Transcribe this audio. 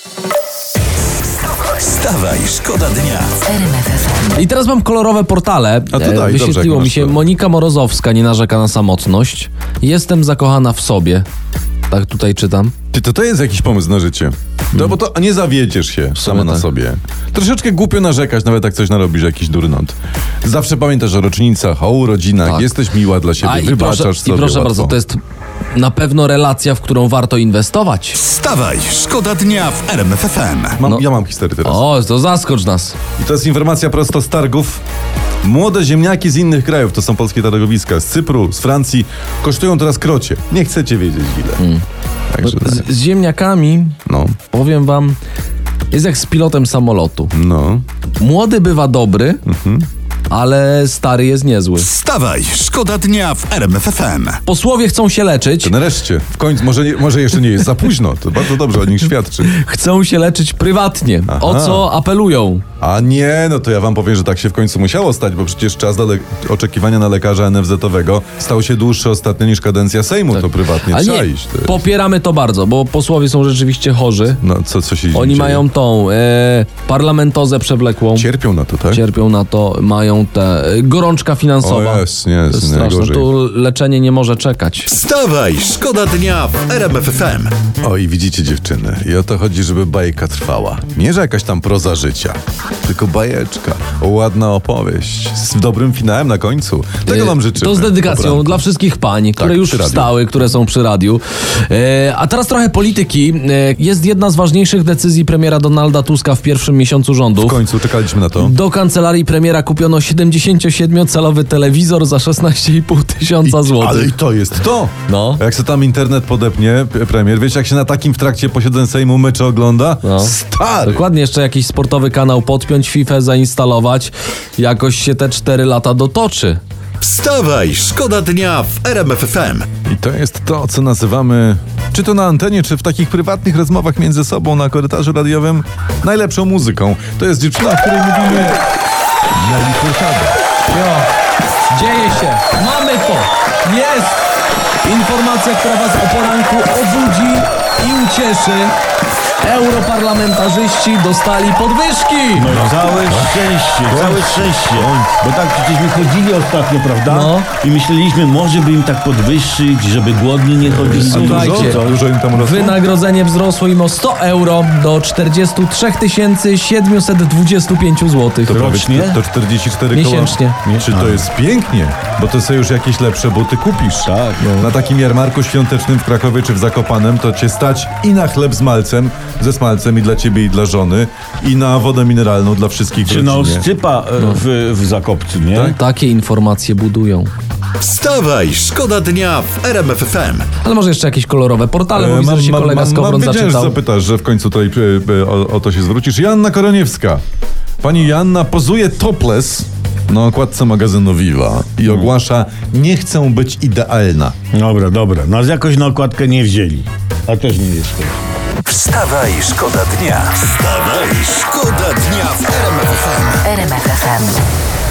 Wstawaj, szkoda dnia. I teraz mam kolorowe portale. A to daj, Wyświetliło dobrze, mi się, jak masz to. Monika Morozowska nie narzeka na samotność. Jestem zakochana w sobie. Tak tutaj czytam. To jest jakiś pomysł na życie. No bo to nie zawiedziesz się sama na tak. sobie. Troszeczkę głupio narzekać, nawet jak coś narobisz, jakiś durnąt. Zawsze pamiętasz o rocznicach, o urodzinach, Tak. jesteś miła dla siebie, wybaczasz sobie I proszę łatwo. bardzo, to jest na pewno relacja, w którą warto inwestować. Wstawaj, szkoda dnia w RMF FM. Ja mam historię teraz. O, to zaskocz nas. I to jest informacja prosto z targów. Młode ziemniaki z innych krajów, to są polskie targowiska, z Cypru, z Francji, kosztują teraz krocie. Nie chcecie wiedzieć ile. Także Z ziemniakami, no, powiem wam, jest jak z pilotem samolotu. no. Młody bywa dobry, ale stary jest niezły. Wstawaj, szkoda dnia w RMF FM. Posłowie chcą się leczyć. To nareszcie, w końcu, może jeszcze nie jest za późno, to bardzo dobrze o nich świadczy. Chcą się leczyć prywatnie. O Aha. co apelują? A nie, no to ja wam powiem, że tak się w końcu musiało stać, bo przecież czas oczekiwania na lekarza NFZ-owego stał się dłuższy ostatnio niż kadencja Sejmu, to prywatnie A trzeba nie, iść. To jest. popieramy to bardzo, bo posłowie są rzeczywiście chorzy. No co się Oni dzieje? mają tą parlamentozę przewlekłą. Cierpią na to, tak? Cierpią na to, mają te gorączka finansowa. O jest, nie, To jest jest straszne. najgorzej. Tu leczenie nie może czekać. Wstawaj, szkoda dnia w RMF FM. Oj, widzicie dziewczyny, i o to chodzi, żeby bajka trwała. Nie, że jakaś tam proza życia, tylko bajeczka, ładna opowieść, z dobrym finałem na końcu. Tego wam życzymy. To z dedykacją Dobranku. dla wszystkich pań, które już przy radiu. wstały, które są przy radiu. A teraz trochę polityki. Jest jedna z ważniejszych decyzji premiera Donalda Tuska w pierwszym miesiącu W rządów. końcu czekaliśmy na to. Do kancelarii premiera kupiono 77-calowy telewizor za 16,5 tysiąca złotych. Ale i to jest to! No. Jak se tam internet podepnie, premier, wiesz jak się na takim w trakcie posiedzeń Sejmu mecze ogląda? No. Stary! Dokładnie, jeszcze jakiś sportowy kanał podpiąć, FIFA zainstalować. Jakoś się te 4 lata dotoczy. Wstawaj, szkoda dnia w RMF FM. I to jest to, co nazywamy, czy to na antenie, czy w takich prywatnych rozmowach między sobą na korytarzu radiowym, najlepszą muzyką. To jest dziewczyna, o której mówimy na lichosadę. Jo, dzieje się. Mamy to. Jest. Informacja, która was o poranku obudzi i ucieszy. Europarlamentarzyści dostali podwyżki. No całe szczęście. Bo tak przecież my chodzili ostatnio, prawda? No. I myśleliśmy, może by im tak podwyższyć, żeby głodni nie chodzili. Słuchajcie, Dużo im tam rosło? Wynagrodzenie wzrosło im o 100 euro do 43 725 zł. To Rocznie? To 44 Miesięcznie. koła. Czy to jest pięknie? Bo to sobie już jakieś lepsze buty kupisz. Tak. Na takim jarmarku świątecznym w Krakowie czy w Zakopanem to cię stać i na chleb z malcem, ze smalcem i dla ciebie i dla żony, i na wodę mineralną dla wszystkich w Czy na rodzinie. oscypa w Zakopcu, nie? Tak? Takie informacje budują. Wstawaj, szkoda dnia w RMF FM. Ale może jeszcze jakieś kolorowe portale, bo widzę, że się kolega Skowron wiedziałem, że zaczytał. zapytasz, że w końcu tutaj o to się zwrócisz. Joanna Koroniewska. Pani Joanna pozuje topless na okładce magazynu Viva i ogłasza: nie chcę być idealna. Dobra. Nas jakoś na okładkę nie wzięli. A też nie jesteś. Wstawaj, szkoda dnia. Wstawaj, szkoda dnia w RMF FM. RMF FM.